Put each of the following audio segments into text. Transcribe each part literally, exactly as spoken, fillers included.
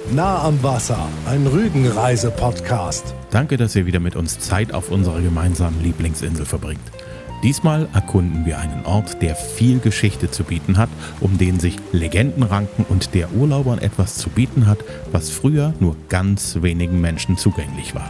Nah am Wasser, ein Rügenreise-Podcast. Danke, dass ihr wieder mit uns Zeit auf unserer gemeinsamen Lieblingsinsel verbringt. Diesmal erkunden wir einen Ort, der viel Geschichte zu bieten hat, um den sich Legenden ranken und der Urlaubern etwas zu bieten hat, was früher nur ganz wenigen Menschen zugänglich war.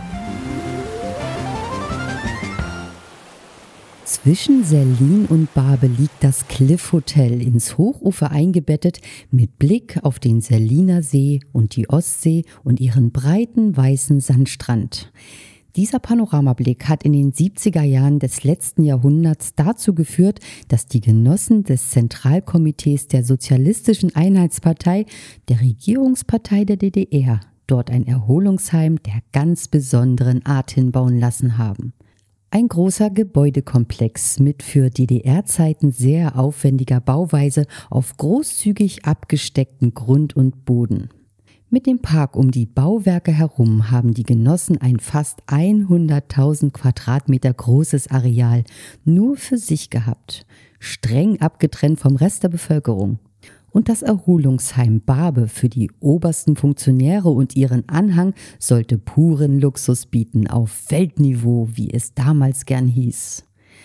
Zwischen Sellin und Barbe liegt das Cliff Hotel, ins Hochufer eingebettet, mit Blick auf den Selliner See und die Ostsee und ihren breiten weißen Sandstrand. Dieser Panoramablick hat in den siebziger Jahren des letzten Jahrhunderts dazu geführt, dass die Genossen des Zentralkomitees der Sozialistischen Einheitspartei, der Regierungspartei der D D R, dort ein Erholungsheim der ganz besonderen Art hinbauen lassen haben. Ein großer Gebäudekomplex mit für D D R-Zeiten sehr aufwendiger Bauweise auf großzügig abgesteckten Grund und Boden. Mit dem Park um die Bauwerke herum haben die Genossen ein fast hunderttausend Quadratmeter großes Areal nur für sich gehabt, streng abgetrennt vom Rest der Bevölkerung. Und das Erholungsheim Barbe für die obersten Funktionäre und ihren Anhang sollte puren Luxus bieten auf Weltniveau, wie es damals gern hieß.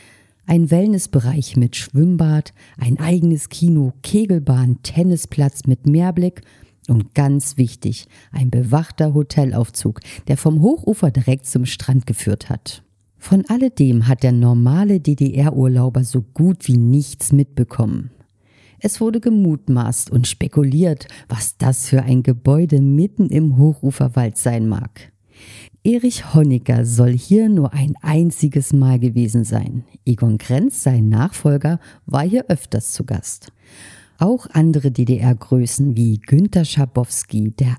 Ein Wellnessbereich mit Schwimmbad, ein eigenes Kino, Kegelbahn, Tennisplatz mit Meerblick und ganz wichtig, ein bewachter Hotelaufzug, der vom Hochufer direkt zum Strand geführt hat. Von alledem hat der normale D D R-Urlauber so gut wie nichts mitbekommen. Es wurde gemutmaßt und spekuliert, was das für ein Gebäude mitten im Hochuferwald sein mag. Erich Honecker soll hier nur ein einziges Mal gewesen sein. Egon Krenz, sein Nachfolger, war hier öfters zu Gast. Auch andere D D R-Größen wie Günter Schabowski, der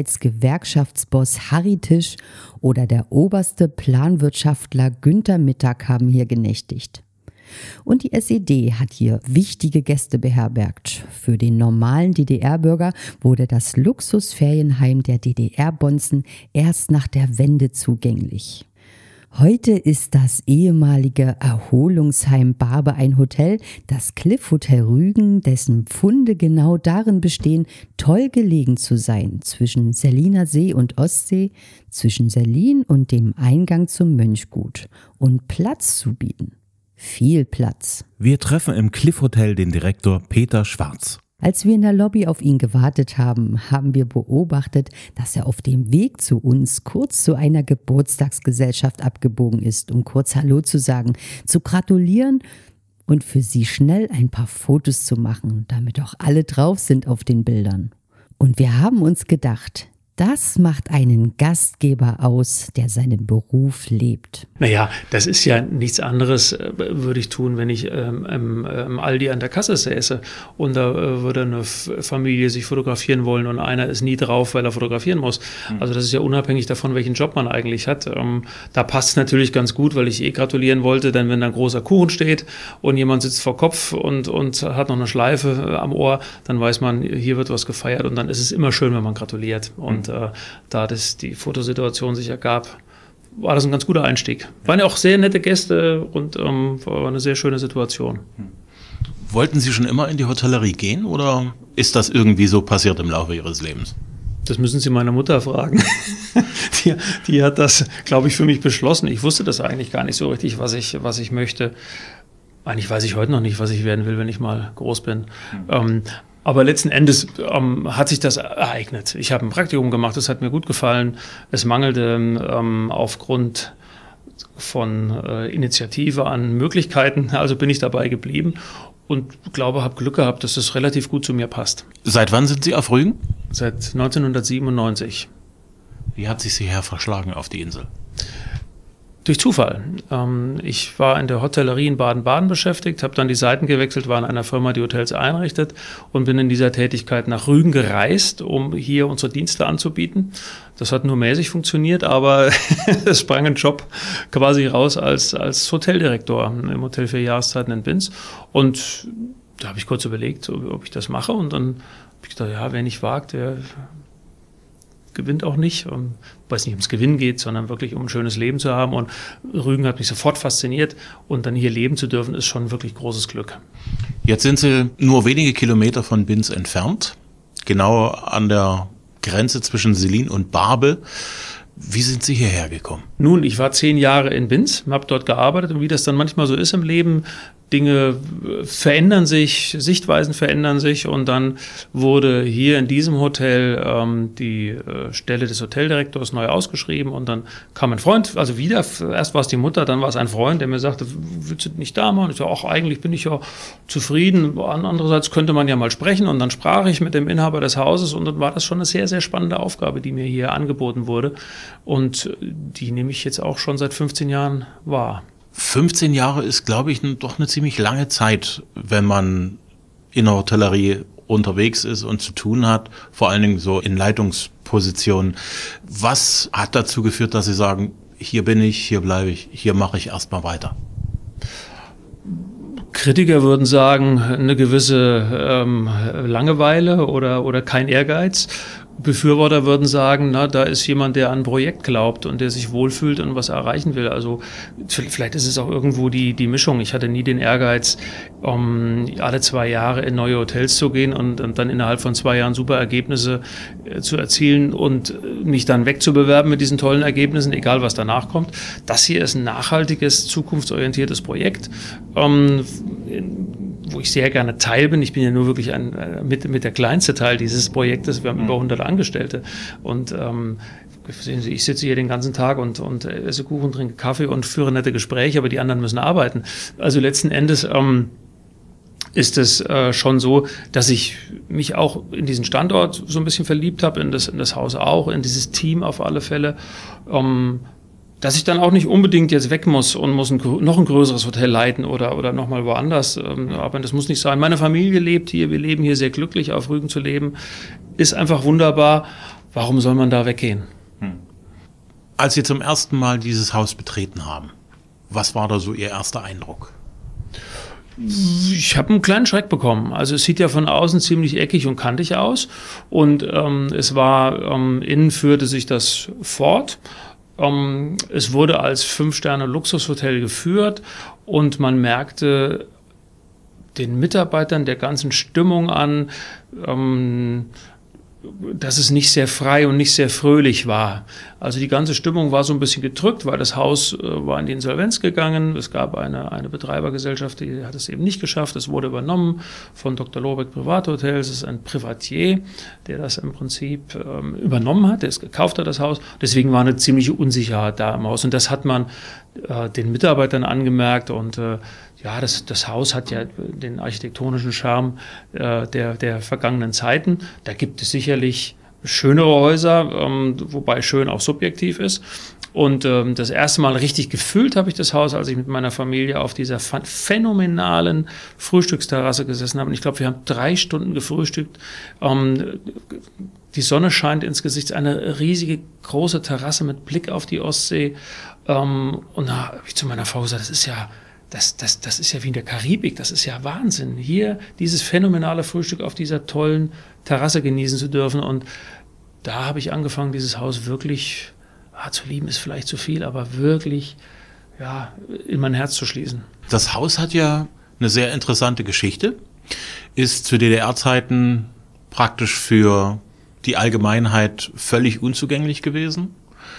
Einheitsgewerkschaftsboss Harry Tisch oder der oberste Planwirtschaftler Günter Mittag haben hier genächtigt. Und die S E D hat hier wichtige Gäste beherbergt. Für den normalen D D R-Bürger wurde das Luxusferienheim der D D R-Bonzen erst nach der Wende zugänglich. Heute ist das ehemalige Erholungsheim Barbe ein Hotel, das Cliff Hotel Rügen, dessen Pfunde genau darin bestehen, toll gelegen zu sein zwischen Selliner See und Ostsee, zwischen Sellin und dem Eingang zum Mönchgut und Platz zu bieten. Viel Platz. Wir treffen im Cliff Hotel den Direktor Peter Schwarz. Als wir in der Lobby auf ihn gewartet haben, haben wir beobachtet, dass er auf dem Weg zu uns kurz zu einer Geburtstagsgesellschaft abgebogen ist, um kurz Hallo zu sagen, zu gratulieren und für sie schnell ein paar Fotos zu machen, damit auch alle drauf sind auf den Bildern. Und wir haben uns gedacht, das macht einen Gastgeber aus, der seinen Beruf lebt. Naja, das ist ja nichts anderes, äh, würde ich tun, wenn ich ähm, im, im Aldi an der Kasse säße und da äh, würde eine F- Familie sich fotografieren wollen und einer ist nie drauf, weil er fotografieren muss. Mhm. Also das ist ja unabhängig davon, welchen Job man eigentlich hat. Ähm, da passt es natürlich ganz gut, weil ich eh gratulieren wollte, denn wenn da ein großer Kuchen steht und jemand sitzt vor Kopf und, und hat noch eine Schleife äh, am Ohr, dann weiß man, hier wird was gefeiert und dann ist es immer schön, wenn man gratuliert. Und Und äh, da das die Fotosituation sich ergab, war das ein ganz guter Einstieg. Waren ja auch sehr nette Gäste und ähm, war eine sehr schöne Situation. Wollten Sie schon immer in die Hotellerie gehen oder ist das irgendwie so passiert im Laufe Ihres Lebens? Das müssen Sie meine Mutter fragen. die, die hat das, glaube ich, für mich beschlossen. Ich wusste das eigentlich gar nicht so richtig, was ich, was ich möchte. Eigentlich weiß ich heute noch nicht, was ich werden will, wenn ich mal groß bin. Mhm. Ähm, Aber letzten Endes ähm, hat sich das ereignet. Ich habe ein Praktikum gemacht, das hat mir gut gefallen. Es mangelte ähm, aufgrund von äh, Initiative an Möglichkeiten, also bin ich dabei geblieben und glaube, habe Glück gehabt, dass das relativ gut zu mir passt. Seit wann sind Sie auf Rügen? Seit neunzehnhundertsiebenundneunzig. Wie hat sich Sie hierher verschlagen auf die Insel? Durch Zufall. Ich war in der Hotellerie in Baden-Baden beschäftigt, habe dann die Seiten gewechselt, war in einer Firma, die Hotels einrichtet und bin in dieser Tätigkeit nach Rügen gereist, um hier unsere Dienste anzubieten. Das hat nur mäßig funktioniert, aber es sprang ein Job quasi raus als, als Hoteldirektor im Hotel für Jahreszeiten in Binz. Und da habe ich kurz überlegt, ob ich das mache und dann habe ich gedacht, ja, wer nicht wagt, der gewinnt auch nicht, um, weil es nicht ums Gewinnen geht, sondern wirklich um ein schönes Leben zu haben. Und Rügen hat mich sofort fasziniert und dann hier leben zu dürfen, ist schon wirklich großes Glück. Jetzt sind Sie nur wenige Kilometer von Binz entfernt, genau an der Grenze zwischen Sellin und Babel. Wie sind Sie hierher gekommen? Nun, ich war zehn Jahre in Binz, habe dort gearbeitet und wie das dann manchmal so ist im Leben, Dinge verändern sich, Sichtweisen verändern sich und dann wurde hier in diesem Hotel ähm, die äh, Stelle des Hoteldirektors neu ausgeschrieben und dann kam ein Freund, also wieder, erst war es die Mutter, dann war es ein Freund, der mir sagte, willst du nicht da machen? Ich sage, ach, eigentlich bin ich ja zufrieden, andererseits könnte man ja mal sprechen und dann sprach ich mit dem Inhaber des Hauses und dann war das schon eine sehr, sehr spannende Aufgabe, die mir hier angeboten wurde und die nehme ich jetzt auch schon seit fünfzehn Jahren wahr. fünfzehn Jahre ist, glaube ich, doch eine ziemlich lange Zeit, wenn man in der Hotellerie unterwegs ist und zu tun hat, vor allen Dingen so in Leitungspositionen. Was hat dazu geführt, dass Sie sagen, hier bin ich, hier bleibe ich, hier mache ich erstmal weiter? Kritiker würden sagen, eine gewisse ähm, Langeweile oder, oder kein Ehrgeiz. Befürworter würden sagen, na, da ist jemand, der an ein Projekt glaubt und der sich wohlfühlt und was erreichen will. Also vielleicht ist es auch irgendwo die, die Mischung. Ich hatte nie den Ehrgeiz, um alle zwei Jahre in neue Hotels zu gehen und, und dann innerhalb von zwei Jahren super Ergebnisse äh, zu erzielen und mich dann wegzubewerben mit diesen tollen Ergebnissen, egal was danach kommt. Das hier ist ein nachhaltiges, zukunftsorientiertes Projekt, ähm, wo ich sehr gerne Teil bin. Ich bin ja nur wirklich ein, mit, mit der kleinste Teil dieses Projektes. Wir haben mhm. über hundert Angestellte und ähm, sehen Sie, ich sitze hier den ganzen Tag und, und esse Kuchen, trinke Kaffee und führe nette Gespräche, aber die anderen müssen arbeiten. Also letzten Endes ähm, ist es äh, schon so, dass ich mich auch in diesen Standort so ein bisschen verliebt habe, in das, in das Haus auch, in dieses Team auf alle Fälle. Ähm, Dass ich dann auch nicht unbedingt jetzt weg muss und muss ein, noch ein größeres Hotel leiten oder, oder nochmal woanders. Aber das muss nicht sein. Meine Familie lebt hier, wir leben hier sehr glücklich, auf Rügen zu leben. Ist einfach wunderbar. Warum soll man da weggehen? Hm. Als Sie zum ersten Mal dieses Haus betreten haben, was war da so Ihr erster Eindruck? Ich habe einen kleinen Schreck bekommen. Also es sieht ja von außen ziemlich eckig und kantig aus. Und ähm, es war, ähm, innen führte sich das fort. Um, es wurde als Fünf-Sterne-Luxushotel geführt und man merkte den Mitarbeitern der ganzen Stimmung an, um, dass es nicht sehr frei und nicht sehr fröhlich war. Also die ganze Stimmung war so ein bisschen gedrückt, weil das Haus äh, war in die Insolvenz gegangen. Es gab eine, eine Betreibergesellschaft, die hat es eben nicht geschafft. Es wurde übernommen von Doktor Lobeck Privathotels. Es ist ein Privatier, der das im Prinzip ähm, übernommen hat, der es gekauft hat, das Haus. Deswegen war eine ziemliche Unsicherheit da im Haus. Und das hat man äh, den Mitarbeitern angemerkt. Und äh, ja, das, das Haus hat ja den architektonischen Charme äh, der, der vergangenen Zeiten. Da gibt es sicherlich schönere Häuser, ähm, wobei schön auch subjektiv ist. Und ähm, das erste Mal richtig gefüllt habe ich das Haus, als ich mit meiner Familie auf dieser phänomenalen Frühstücksterrasse gesessen habe. Und ich glaube, wir haben drei Stunden gefrühstückt. Ähm, die Sonne scheint ins Gesicht, eine riesige, große Terrasse mit Blick auf die Ostsee. Ähm, und da habe ich zu meiner Frau gesagt, das ist ja... Das, das, das ist ja wie in der Karibik, das ist ja Wahnsinn, hier dieses phänomenale Frühstück auf dieser tollen Terrasse genießen zu dürfen. Und da habe ich angefangen, dieses Haus wirklich, ah, zu lieben ist vielleicht zu viel, aber wirklich ja, in mein Herz zu schließen. Das Haus hat ja eine sehr interessante Geschichte, ist zu D D R-Zeiten praktisch für die Allgemeinheit völlig unzugänglich gewesen.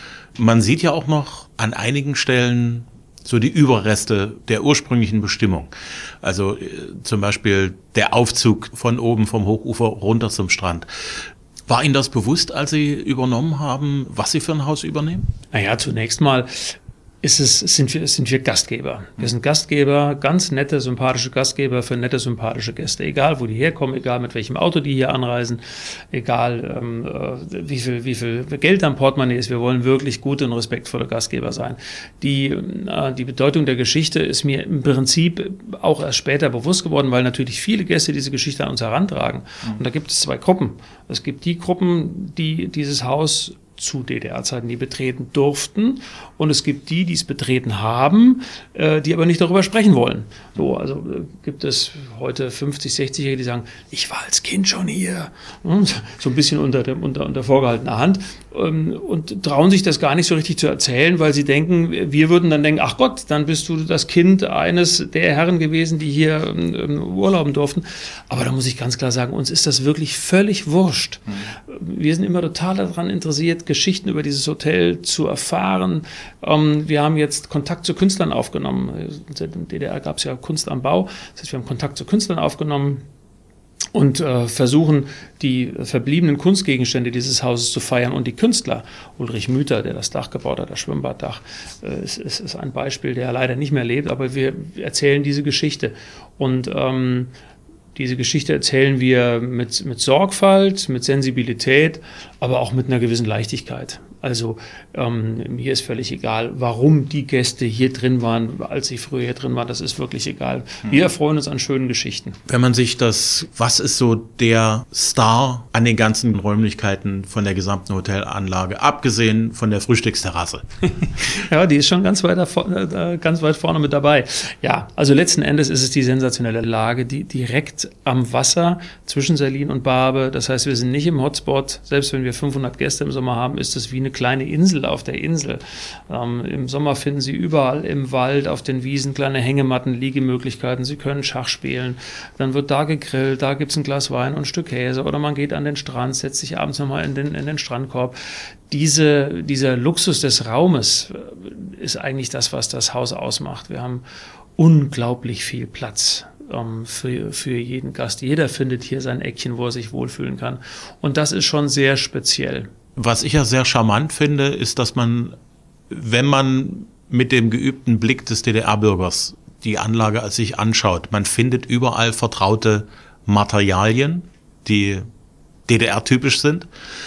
Man sieht ja auch noch an einigen Stellen so die Überreste der ursprünglichen Bestimmung. Also äh, zum Beispiel der Aufzug von oben vom Hochufer runter zum Strand. War Ihnen das bewusst, als Sie übernommen haben, was Sie für ein Haus übernehmen? Naja, zunächst mal ist es, sind wir, sind wir Gastgeber. Wir sind Gastgeber, ganz nette, sympathische Gastgeber für nette, sympathische Gäste. Egal, wo die herkommen, egal mit welchem Auto die hier anreisen, egal ähm, wie viel, wie viel Geld am Portemonnaie ist. Wir wollen wirklich gute und respektvolle Gastgeber sein. Die, äh, die Bedeutung der Geschichte ist mir im Prinzip auch erst später bewusst geworden, weil natürlich viele Gäste diese Geschichte an uns herantragen. Mhm. Und da gibt es zwei Gruppen. Es gibt die Gruppen, die dieses Haus zu D D R-Zeiten, die betreten durften. Und es gibt die, die es betreten haben, äh, die aber nicht darüber sprechen wollen. So, also äh, gibt es heute fünfzig-, sechzigjährige, die sagen, ich war als Kind schon hier. Und so ein bisschen unter, der, unter, unter vorgehaltener Hand. Ähm, und trauen sich das gar nicht so richtig zu erzählen, weil sie denken, wir würden dann denken, ach Gott, dann bist du das Kind eines der Herren gewesen, die hier ähm, urlauben durften. Aber da muss ich ganz klar sagen, uns ist das wirklich völlig wurscht. Mhm. wir sind immer total daran interessiert, Geschichten über dieses Hotel zu erfahren. Ähm, wir haben jetzt Kontakt zu Künstlern aufgenommen. In der D D R gab es ja Kunst am Bau. Das heißt, wir haben Kontakt zu Künstlern aufgenommen und äh, versuchen, die verbliebenen Kunstgegenstände dieses Hauses zu feiern und die Künstler. Ulrich Müther, der das Dach gebaut hat, das Schwimmbaddach, äh, ist, ist, ist ein Beispiel, der leider nicht mehr lebt, aber wir erzählen diese Geschichte. Und ähm, diese Geschichte erzählen wir mit, mit Sorgfalt, mit Sensibilität, aber auch mit einer gewissen Leichtigkeit. Also ähm, mir ist völlig egal, warum die Gäste hier drin waren, als sie früher hier drin waren. Das ist wirklich egal. Wir erfreuen uns an schönen Geschichten. Wenn man sich das, was ist so der Star an den ganzen Räumlichkeiten von der gesamten Hotelanlage, abgesehen von der Frühstücksterrasse? Ja, die ist schon ganz weit, äh, ganz weit vorne mit dabei. Ja, also letzten Endes ist es die sensationelle Lage, die direkt am Wasser zwischen Serlin und Barbe. Das heißt, wir sind nicht im Hotspot. Selbst wenn wir fünfhundert Gäste im Sommer haben, ist es wie eine kleine Insel auf der Insel. Ähm, Im Sommer finden Sie überall im Wald, auf den Wiesen kleine Hängematten, Liegemöglichkeiten. Sie können Schach spielen. Dann wird da gegrillt, da gibt es ein Glas Wein und ein Stück Käse. Oder man geht an den Strand, setzt sich abends nochmal in den, in den Strandkorb. Diese, dieser Luxus des Raumes ist eigentlich das, was das Haus ausmacht. Wir haben unglaublich viel Platz ähm, für, für jeden Gast. Jeder findet hier sein Eckchen, wo er sich wohlfühlen kann. Und das ist schon sehr speziell. Was ich ja sehr charmant finde, ist, dass man, wenn man mit dem geübten Blick des D D R-Bürgers die Anlage als sich anschaut, man findet überall vertraute Materialien, die D D R-typisch sind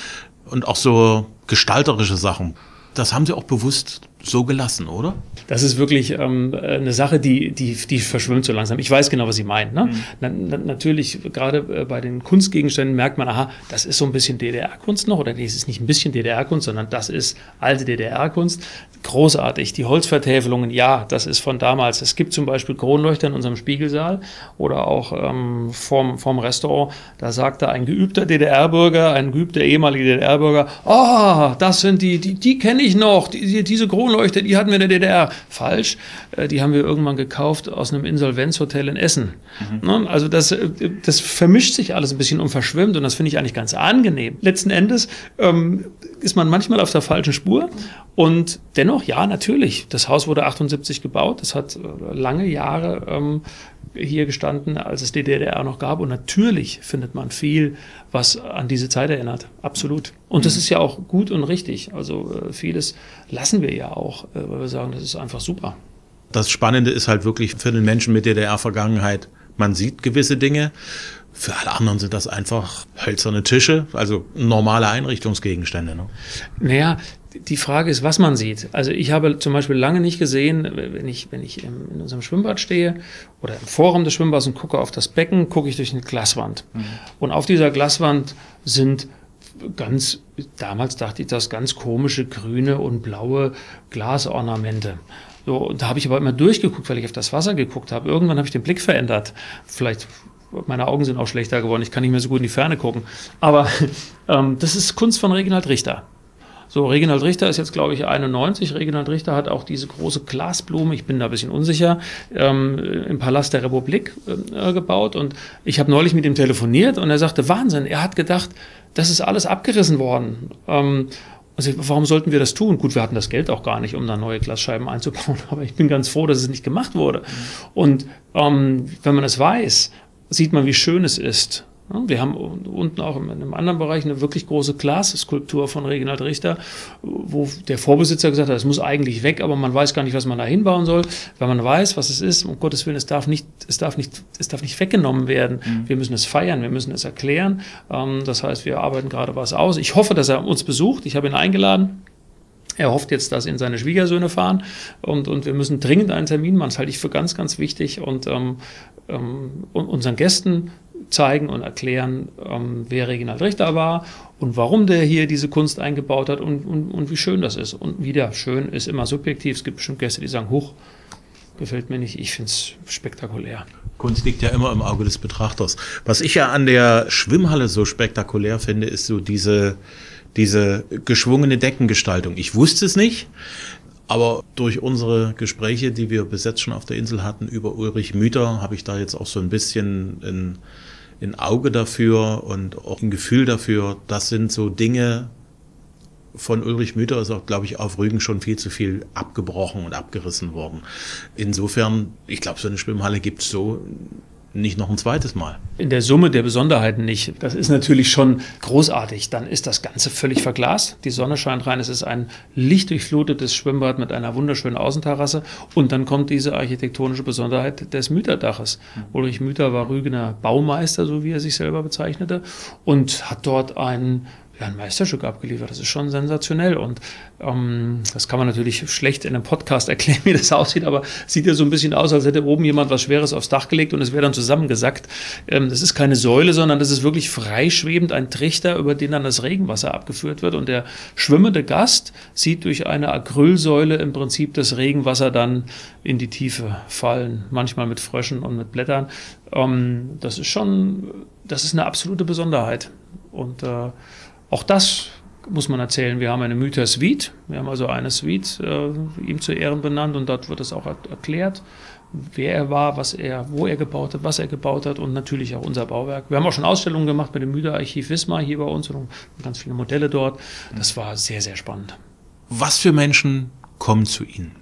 und auch so gestalterische Sachen. Das haben Sie auch bewusst so gelassen, oder? Das ist wirklich ähm, eine Sache, die, die, die verschwimmt so langsam. Ich weiß genau, was Sie meinen. Ne? Mhm. Na, na, natürlich, gerade äh, bei den Kunstgegenständen merkt man, aha, das ist so ein bisschen D D R-Kunst noch, oder nee, es ist nicht ein bisschen D D R-Kunst, sondern das ist alte D D R-Kunst. Großartig. Die Holzvertäfelungen, ja, das ist von damals. Es gibt zum Beispiel Kronleuchter in unserem Spiegelsaal oder auch ähm, vorm, vorm Restaurant. Da sagte ein geübter D D R-Bürger, ein geübter ehemaliger D D R-Bürger, ah, oh, das sind die, die, die kenne ich noch, die, diese Kronleuchter, die hatten wir in der D D R. Falsch. Äh, die haben wir irgendwann gekauft aus einem Insolvenzhotel in Essen. Mhm. Ne? Also das, das vermischt sich alles ein bisschen und verschwimmt und das finde ich eigentlich ganz angenehm. Letzten Endes ähm, ist man manchmal auf der falschen Spur und dennoch, ja, natürlich, das Haus wurde achtundsiebzig gebaut, das hat lange Jahre ähm, hier gestanden, als es die D D R noch gab und natürlich findet man viel, was an diese Zeit erinnert, absolut. Und das ist ja auch gut und richtig, also äh, vieles lassen wir ja auch, äh, weil wir sagen, das ist einfach super. Das Spannende ist halt wirklich für den Menschen mit D D R-Vergangenheit, man sieht gewisse Dinge. Für alle anderen sind das einfach hölzerne Tische, also normale Einrichtungsgegenstände. Ne? Naja, die Frage ist, was man sieht. Also ich habe zum Beispiel lange nicht gesehen, wenn ich, wenn ich in unserem Schwimmbad stehe oder im Vorraum des Schwimmbads und gucke auf das Becken, gucke ich durch eine Glaswand. Mhm. Und auf dieser Glaswand sind ganz, damals dachte ich, das ganz komische grüne und blaue Glasornamente. So, und da habe ich aber immer durchgeguckt, weil ich auf das Wasser geguckt habe. Irgendwann habe ich den Blick verändert. Vielleicht, meine Augen sind auch schlechter geworden, ich kann nicht mehr so gut in die Ferne gucken. Aber ähm, das ist Kunst von Reginald Richter. So, Reginald Richter ist jetzt, glaube ich, einundneunzig. Reginald Richter hat auch diese große Glasblume, ich bin da ein bisschen unsicher, ähm, im Palast der Republik äh, gebaut. Und ich habe neulich mit ihm telefoniert und er sagte, Wahnsinn, er hat gedacht, das ist alles abgerissen worden. Ähm, also warum sollten wir das tun? Gut, wir hatten das Geld auch gar nicht, um da neue Glasscheiben einzubauen, aber ich bin ganz froh, dass es nicht gemacht wurde. Mhm. Und ähm, wenn man es weiß, sieht man, wie schön es ist. Wir haben unten auch in einem anderen Bereich eine wirklich große Glasskulptur von Reginald Richter, wo der Vorbesitzer gesagt hat, es muss eigentlich weg, aber man weiß gar nicht, was man da hinbauen soll. Weil man weiß, was es ist, um Gottes Willen, es darf nicht, es darf nicht, es darf nicht weggenommen werden. Mhm. Wir müssen es feiern, wir müssen es erklären. Das heißt, wir arbeiten gerade was aus. Ich hoffe, dass er uns besucht. Ich habe ihn eingeladen. Er hofft jetzt, dass ihn seine Schwiegersöhne fahren und, und wir müssen dringend einen Termin machen. Das halte ich für ganz, ganz wichtig und ähm, ähm, unseren Gästen zeigen und erklären, ähm, wer Reginald Richter war und warum der hier diese Kunst eingebaut hat und, und, und wie schön das ist. Und wieder, schön ist immer subjektiv. Es gibt bestimmt Gäste, die sagen, huch, gefällt mir nicht. Ich finde es spektakulär. Kunst liegt ja immer im Auge des Betrachters. Was ich ja an der Schwimmhalle so spektakulär finde, ist so diese, diese geschwungene Deckengestaltung. Ich wusste es nicht, aber durch unsere Gespräche, die wir bis jetzt schon auf der Insel hatten, über Ulrich Müther, habe ich da jetzt auch so ein bisschen in, ein Auge dafür und auch ein Gefühl dafür. Das sind so Dinge, von Ulrich Müther ist auch, glaube ich, auf Rügen schon viel zu viel abgebrochen und abgerissen worden. Insofern, ich glaube, so eine Schwimmhalle gibt es so nicht noch ein zweites Mal. In der Summe der Besonderheiten nicht. Das ist natürlich schon großartig. Dann ist das Ganze völlig verglast. Die Sonne scheint rein. Es ist ein lichtdurchflutetes Schwimmbad mit einer wunderschönen Außenterrasse. Und dann kommt diese architektonische Besonderheit des Mütherdaches. Mhm. Ulrich Müther war Rügener Baumeister, so wie er sich selber bezeichnete, und hat dort einen Ja, ein Meisterstück abgeliefert. Das ist schon sensationell. Und ähm, das kann man natürlich schlecht in einem Podcast erklären, wie das aussieht, aber es sieht ja so ein bisschen aus, als hätte oben jemand was Schweres aufs Dach gelegt und es wäre dann zusammengesackt. Ähm, das ist keine Säule, sondern das ist wirklich freischwebend ein Trichter, über den dann das Regenwasser abgeführt wird. Und der schwimmende Gast sieht durch eine Acrylsäule im Prinzip das Regenwasser dann in die Tiefe fallen. Manchmal mit Fröschen und mit Blättern. Ähm, das ist schon, das ist eine absolute Besonderheit. Und äh, Auch das muss man erzählen. Wir haben eine Müther-Suite. Wir haben also eine Suite äh, ihm zu Ehren benannt und dort wird es auch er- erklärt, wer er war, was er, wo er gebaut hat, was er gebaut hat und natürlich auch unser Bauwerk. Wir haben auch schon Ausstellungen gemacht mit dem Müther-Archiv Wismar hier bei uns und ganz viele Modelle dort. Das war sehr, sehr spannend. Was für Menschen kommen zu Ihnen?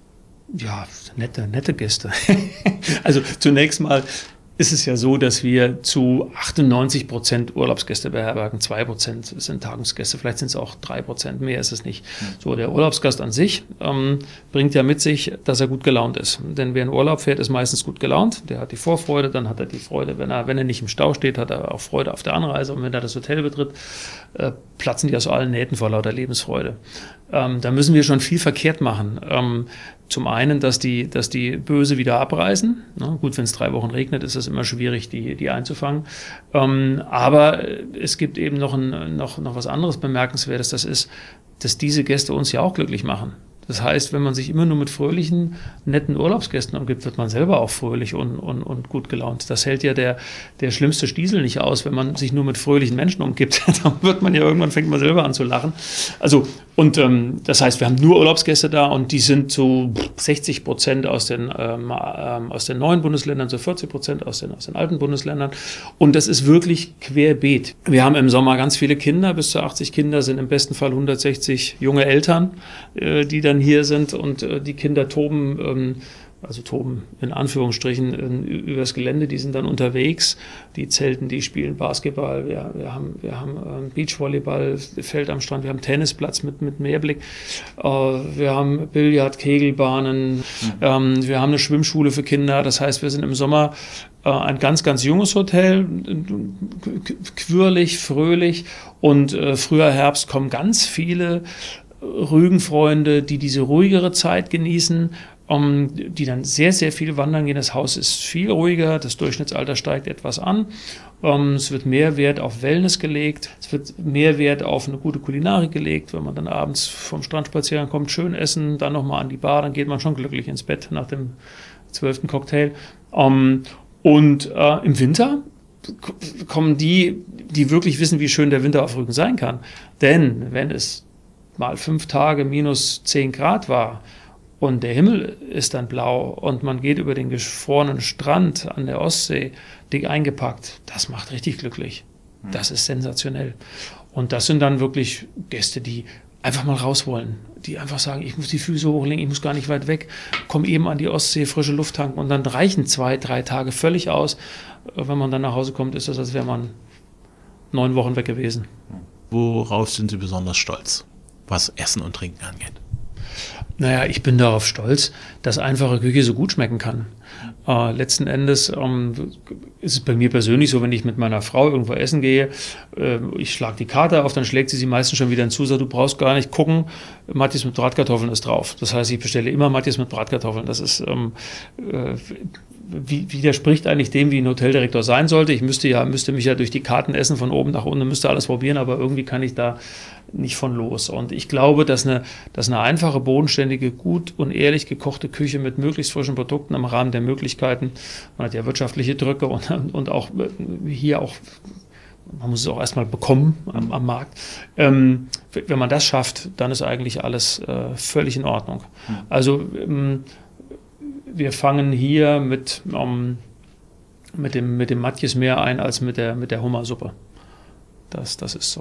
Ja, nette, nette Gäste. Also zunächst mal ist es ja so, dass wir zu achtundneunzig Prozent Urlaubsgäste beherbergen, zwei Prozent sind Tagungsgäste, vielleicht sind es auch drei Prozent, mehr ist es nicht. So, der Urlaubsgast an sich ähm, bringt ja mit sich, dass er gut gelaunt ist. Denn wer in Urlaub fährt, ist meistens gut gelaunt, der hat die Vorfreude, dann hat er die Freude, wenn er, wenn er nicht im Stau steht, hat er auch Freude auf der Anreise und wenn er das Hotel betritt, äh, platzen die aus allen Nähten vor lauter Lebensfreude. Ähm, da müssen wir schon viel verkehrt machen. Ähm, Zum einen, dass die, dass die Böse wieder abreisen. Na, gut, wenn es drei Wochen regnet, ist es immer schwierig, die, die einzufangen. Ähm, aber es gibt eben noch, ein, noch, noch was anderes Bemerkenswertes. Das ist, dass diese Gäste uns ja auch glücklich machen. Das heißt, wenn man sich immer nur mit fröhlichen, netten Urlaubsgästen umgibt, wird man selber auch fröhlich und, und, und gut gelaunt. Das hält ja der, der schlimmste Stiesel nicht aus, wenn man sich nur mit fröhlichen Menschen umgibt. Dann wird man ja irgendwann, fängt man selber an zu lachen. Also, und ähm, das heißt, wir haben nur Urlaubsgäste da und die sind so sechzig Prozent aus den, ähm, aus den neuen Bundesländern, so vierzig Prozent aus den, aus den alten Bundesländern. Und das ist wirklich querbeet. Wir haben im Sommer ganz viele Kinder, bis zu achtzig Kinder, sind im besten Fall hundertsechzig junge Eltern, äh, die dann hier sind und äh, die Kinder toben, ähm, also toben in Anführungsstrichen äh, übers Gelände, die sind dann unterwegs, die zelten, die spielen Basketball, wir, wir haben, wir haben äh, Beachvolleyballfeld am Strand, wir haben Tennisplatz mit, mit Meerblick, äh, wir haben Billard, Kegelbahnen, mhm. ähm, wir haben eine Schwimmschule für Kinder, das heißt, wir sind im Sommer äh, ein ganz, ganz junges Hotel, quirlig, fröhlich und äh, früher Herbst kommen ganz viele Rügenfreunde, die diese ruhigere Zeit genießen, um, die dann sehr, sehr viel wandern gehen. Das Haus ist viel ruhiger, das Durchschnittsalter steigt etwas an. Um, es wird mehr Wert auf Wellness gelegt, es wird mehr Wert auf eine gute Kulinarik gelegt. Wenn man dann abends vom Strandspaziergang kommt, schön essen, dann nochmal an die Bar, dann geht man schon glücklich ins Bett nach dem zwölften Cocktail. Um, und äh, im Winter kommen die, die wirklich wissen, wie schön der Winter auf Rügen sein kann. Denn wenn es mal fünf Tage minus zehn Grad war und der Himmel ist dann blau und man geht über den gefrorenen Strand an der Ostsee, dick eingepackt, das macht richtig glücklich. Das ist sensationell. Und das sind dann wirklich Gäste, die einfach mal raus wollen, die einfach sagen, ich muss die Füße hochlegen, ich muss gar nicht weit weg, komme eben an die Ostsee, frische Luft tanken und dann reichen zwei, drei Tage völlig aus. Wenn man dann nach Hause kommt, ist das, als wäre man neun Wochen weg gewesen. Worauf sind Sie besonders stolz, was Essen und Trinken angeht? Naja, ich bin darauf stolz, dass einfache Küche so gut schmecken kann. Äh, letzten Endes ähm, ist es bei mir persönlich so, wenn ich mit meiner Frau irgendwo essen gehe, äh, ich schlage die Karte auf, dann schlägt sie sie meistens schon wieder hinzu, sagt, du brauchst gar nicht gucken, Matjes mit Bratkartoffeln ist drauf. Das heißt, ich bestelle immer Matjes mit Bratkartoffeln. Das ist ähm, äh, Wie, widerspricht eigentlich dem, wie ein Hoteldirektor sein sollte. Ich müsste ja, müsste mich ja durch die Karten essen, von oben nach unten, müsste alles probieren, aber irgendwie kann ich da nicht von los. Und ich glaube, dass eine, dass eine einfache, bodenständige, gut und ehrlich gekochte Küche mit möglichst frischen Produkten im Rahmen der Möglichkeiten, man hat ja wirtschaftliche Drücke und, und auch hier auch, man muss es auch erstmal bekommen am, am Markt. Ähm, wenn man das schafft, dann ist eigentlich alles äh, völlig in Ordnung. Also ähm, wir fangen hier mit, um, mit dem, mit dem Matjes mehr ein als mit der, mit der Hummersuppe. Das, das ist so.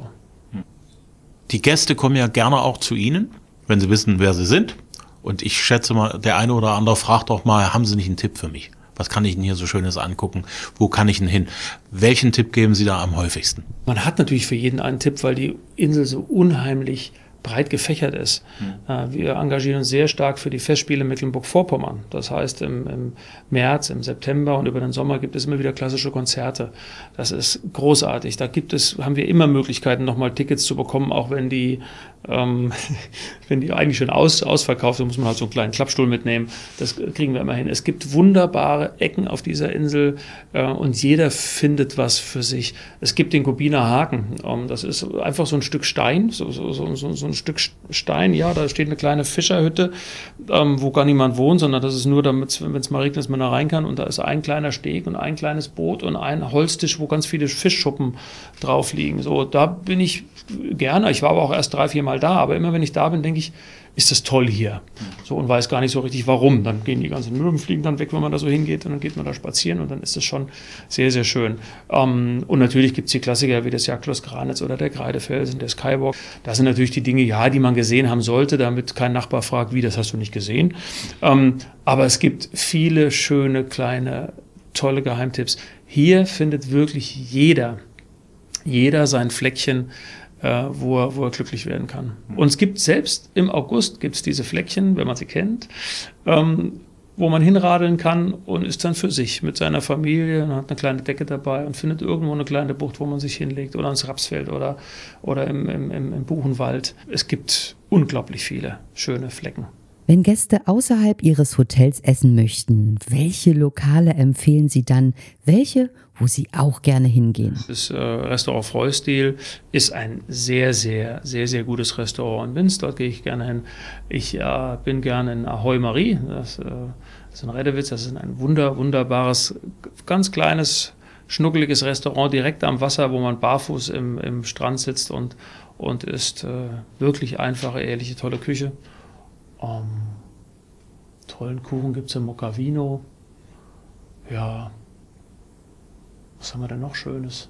Die Gäste kommen ja gerne auch zu Ihnen, wenn sie wissen, wer sie sind. Und ich schätze mal, der eine oder andere fragt auch mal, haben Sie nicht einen Tipp für mich? Was kann ich denn hier so Schönes angucken? Wo kann ich denn hin? Welchen Tipp geben Sie da am häufigsten? Man hat natürlich für jeden einen Tipp, weil die Insel so unheimlich breit gefächert ist. Mhm. Wir engagieren uns sehr stark für die Festspiele Mecklenburg-Vorpommern. Das heißt, im, im März, im September und über den Sommer gibt es immer wieder klassische Konzerte. Das ist großartig. Da gibt es, haben wir immer Möglichkeiten, nochmal Tickets zu bekommen, auch wenn die, ähm, wenn die eigentlich schon aus, ausverkauft sind, muss man halt so einen kleinen Klappstuhl mitnehmen. Das kriegen wir immer hin. Es gibt wunderbare Ecken auf dieser Insel äh, und jeder findet was für sich. Es gibt den Gubiner Haken. Ähm, das ist einfach so ein Stück Stein, so, so, so, so, so ein Stück Stein, ja, da steht eine kleine Fischerhütte, ähm, wo gar niemand wohnt, sondern das ist nur, damit, wenn es mal regnet, dass man da rein kann. Und da ist ein kleiner Steg und ein kleines Boot und ein Holztisch, wo ganz viele Fischschuppen drauf liegen. So, da bin ich gerne. Ich war aber auch erst drei, vier Mal da, aber immer wenn ich da bin, denke ich, ist das toll hier. So, und weiß gar nicht so richtig, warum. Dann gehen die ganzen Möwen, fliegen dann weg, wenn man da so hingeht, und dann geht man da spazieren und dann ist es schon sehr, sehr schön. Ähm, und natürlich gibt es die Klassiker wie das Jagdschloss Granitz oder der Kreidefelsen, der Skywalk. Das sind natürlich die Dinge, ja, die man gesehen haben sollte, damit kein Nachbar fragt, wie, das hast du nicht gesehen. Ähm, aber es gibt viele schöne, kleine, tolle Geheimtipps. Hier findet wirklich jeder, jeder sein Fleckchen, Äh, wo, er, wo er glücklich werden kann. Und es gibt selbst im August gibt's diese Fleckchen, wenn man sie kennt, ähm, wo man hinradeln kann und ist dann für sich mit seiner Familie und hat eine kleine Decke dabei und findet irgendwo eine kleine Bucht, wo man sich hinlegt oder ins Rapsfeld oder, oder im, im, im Buchenwald. Es gibt unglaublich viele schöne Flecken. Wenn Gäste außerhalb ihres Hotels essen möchten, welche Lokale empfehlen Sie dann? Welche, wo Sie auch gerne hingehen? Das äh, Restaurant Freustil ist ein sehr, sehr, sehr, sehr gutes Restaurant in Binz. Dort gehe ich gerne hin. Ich äh, bin gerne in Ahoi Marie. Das, äh, das ist in Reddewitz. Das ist ein wunder, wunderbares, ganz kleines, schnuckeliges Restaurant direkt am Wasser, wo man barfuß im, im Strand sitzt und, und isst. Äh, wirklich einfache, ehrliche, tolle Küche. Um, tollen Kuchen gibt es im Moccavino. Ja, was haben wir denn noch Schönes?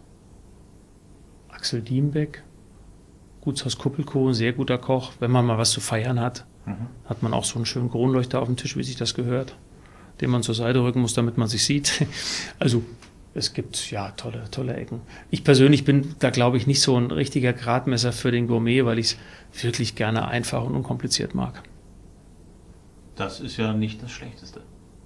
Axel Diembeck, Gutshaus Kuppelkuchen, sehr guter Koch. Wenn man mal was zu feiern hat, mhm. hat man auch so einen schönen Kronleuchter auf dem Tisch, wie sich das gehört, den man zur Seite rücken muss, damit man sich sieht. Also es gibt ja tolle, tolle Ecken. Ich persönlich bin da, glaube ich, nicht so ein richtiger Gradmesser für den Gourmet, weil ich es wirklich gerne einfach und unkompliziert mag. Das ist ja nicht das Schlechteste.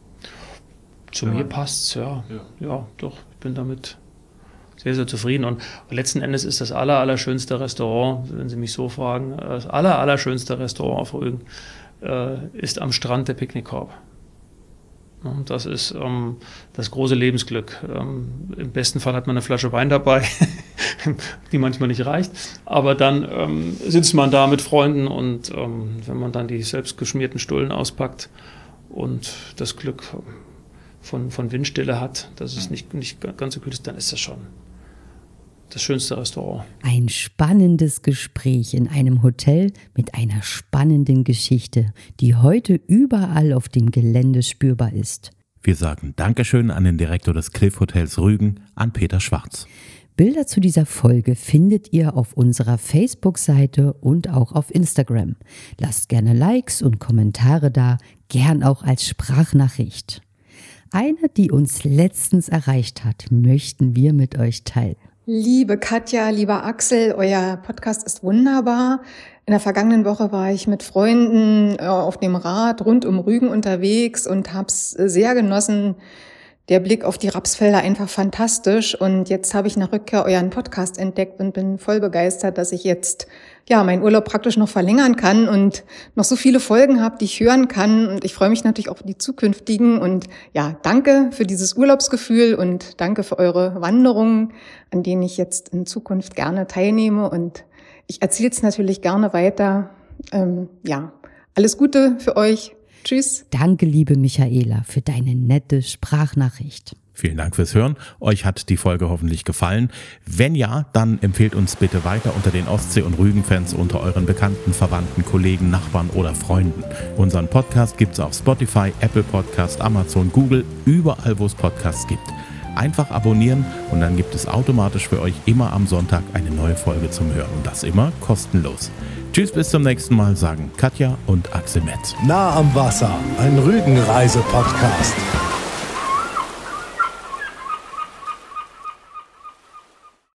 Zu ja. mir passt's, ja. ja. Ja, doch. Ich bin damit sehr, sehr zufrieden. Und letzten Endes ist das aller, allerschönste Restaurant, wenn Sie mich so fragen, das aller, allerschönste Restaurant auf Rügen äh, ist am Strand der Picknickkorb. Und das ist ähm, das große Lebensglück. Ähm, Im besten Fall hat man eine Flasche Wein dabei, die manchmal nicht reicht. Aber dann ähm, sitzt man da mit Freunden und ähm, wenn man dann die selbst geschmierten Stullen auspackt und das Glück von, von Windstille hat, dass es nicht, nicht ganz so kühl ist, dann ist das schon das schönste Restaurant. Ein spannendes Gespräch in einem Hotel mit einer spannenden Geschichte, die heute überall auf dem Gelände spürbar ist. Wir sagen Dankeschön an den Direktor des Cliff Hotels Rügen, an Peter Schwarz. Bilder zu dieser Folge findet ihr auf unserer Facebook-Seite und auch auf Instagram. Lasst gerne Likes und Kommentare da, gern auch als Sprachnachricht. Eine, die uns letztens erreicht hat, möchten wir mit euch teilen. Liebe Katja, lieber Axel, euer Podcast ist wunderbar. In der vergangenen Woche war ich mit Freunden äh, auf dem Rad rund um Rügen unterwegs und hab's sehr genossen. Der Blick auf die Rapsfelder einfach fantastisch. Und jetzt habe ich nach Rückkehr euren Podcast entdeckt und bin voll begeistert, dass ich jetzt ja meinen Urlaub praktisch noch verlängern kann und noch so viele Folgen habe, die ich hören kann. Und ich freue mich natürlich auch auf die zukünftigen. Und ja, danke für dieses Urlaubsgefühl und danke für eure Wanderungen, an denen ich jetzt in Zukunft gerne teilnehme. Und ich erzähle es natürlich gerne weiter. Ähm, ja, alles Gute für euch. Tschüss. Danke, liebe Michaela, für deine nette Sprachnachricht. Vielen Dank fürs Hören. Euch hat die Folge hoffentlich gefallen. Wenn ja, dann empfehlt uns bitte weiter unter den Ostsee- und Rügen-Fans, unter euren Bekannten, Verwandten, Kollegen, Nachbarn oder Freunden. Unseren Podcast gibt's auf Spotify, Apple Podcast, Amazon, Google, überall, wo es Podcasts gibt. Einfach abonnieren und dann gibt es automatisch für euch immer am Sonntag eine neue Folge zum Hören. Und das immer kostenlos. Tschüss, bis zum nächsten Mal, sagen Katja und Axel Metz. Nah am Wasser, ein Rügenreise-Podcast.